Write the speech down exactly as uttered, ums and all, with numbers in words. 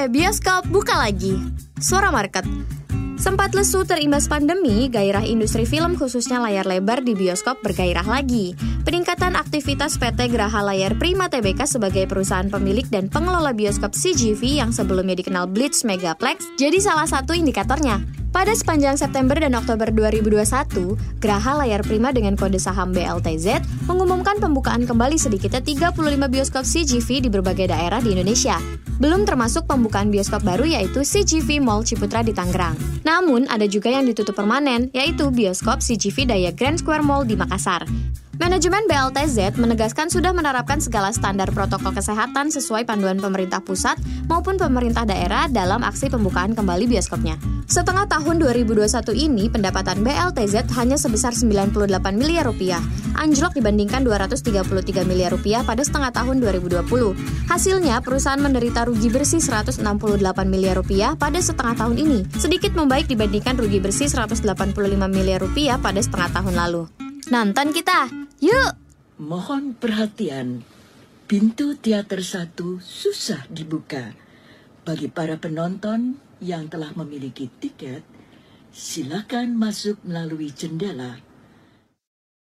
Yeay, bioskop buka lagi. Suara Market. Sempat lesu terimbas pandemi, gairah industri film khususnya layar lebar di bioskop bergairah lagi. Peningkatan aktivitas P T Graha Layar Prima Tbk sebagai perusahaan pemilik dan pengelola bioskop C G V yang sebelumnya dikenal Blitz Megaplex jadi salah satu indikatornya. Pada sepanjang September dan Oktober dua ribu dua puluh satu, Graha Layar Prima dengan kode saham B L T Z mengumumkan pembukaan kembali sedikitnya tiga puluh lima bioskop C G V di berbagai daerah di Indonesia. Belum termasuk pembukaan bioskop baru yaitu C G V Mall Ciputra di Tangerang. Namun, ada juga yang ditutup permanen, yaitu bioskop C G V Daya Grand Square Mall di Makassar. Manajemen B L T Z menegaskan sudah menerapkan segala standar protokol kesehatan sesuai panduan pemerintah pusat maupun pemerintah daerah dalam aksi pembukaan kembali bioskopnya. Setengah tahun dua ribu dua puluh satu ini, pendapatan B L T Z hanya sebesar sembilan puluh delapan miliar rupiah, anjlok dibandingkan dua ratus tiga puluh tiga miliar rupiah pada setengah tahun dua ribu dua puluh. Hasilnya, perusahaan menderita rugi bersih seratus enam puluh delapan miliar rupiah pada setengah tahun ini, sedikit membaik dibandingkan rugi bersih seratus delapan puluh lima miliar rupiah pada setengah tahun lalu. Nonton kita, yuk! Mohon perhatian, pintu teater satu susah dibuka. Bagi para penonton yang telah memiliki tiket, silakan masuk melalui jendela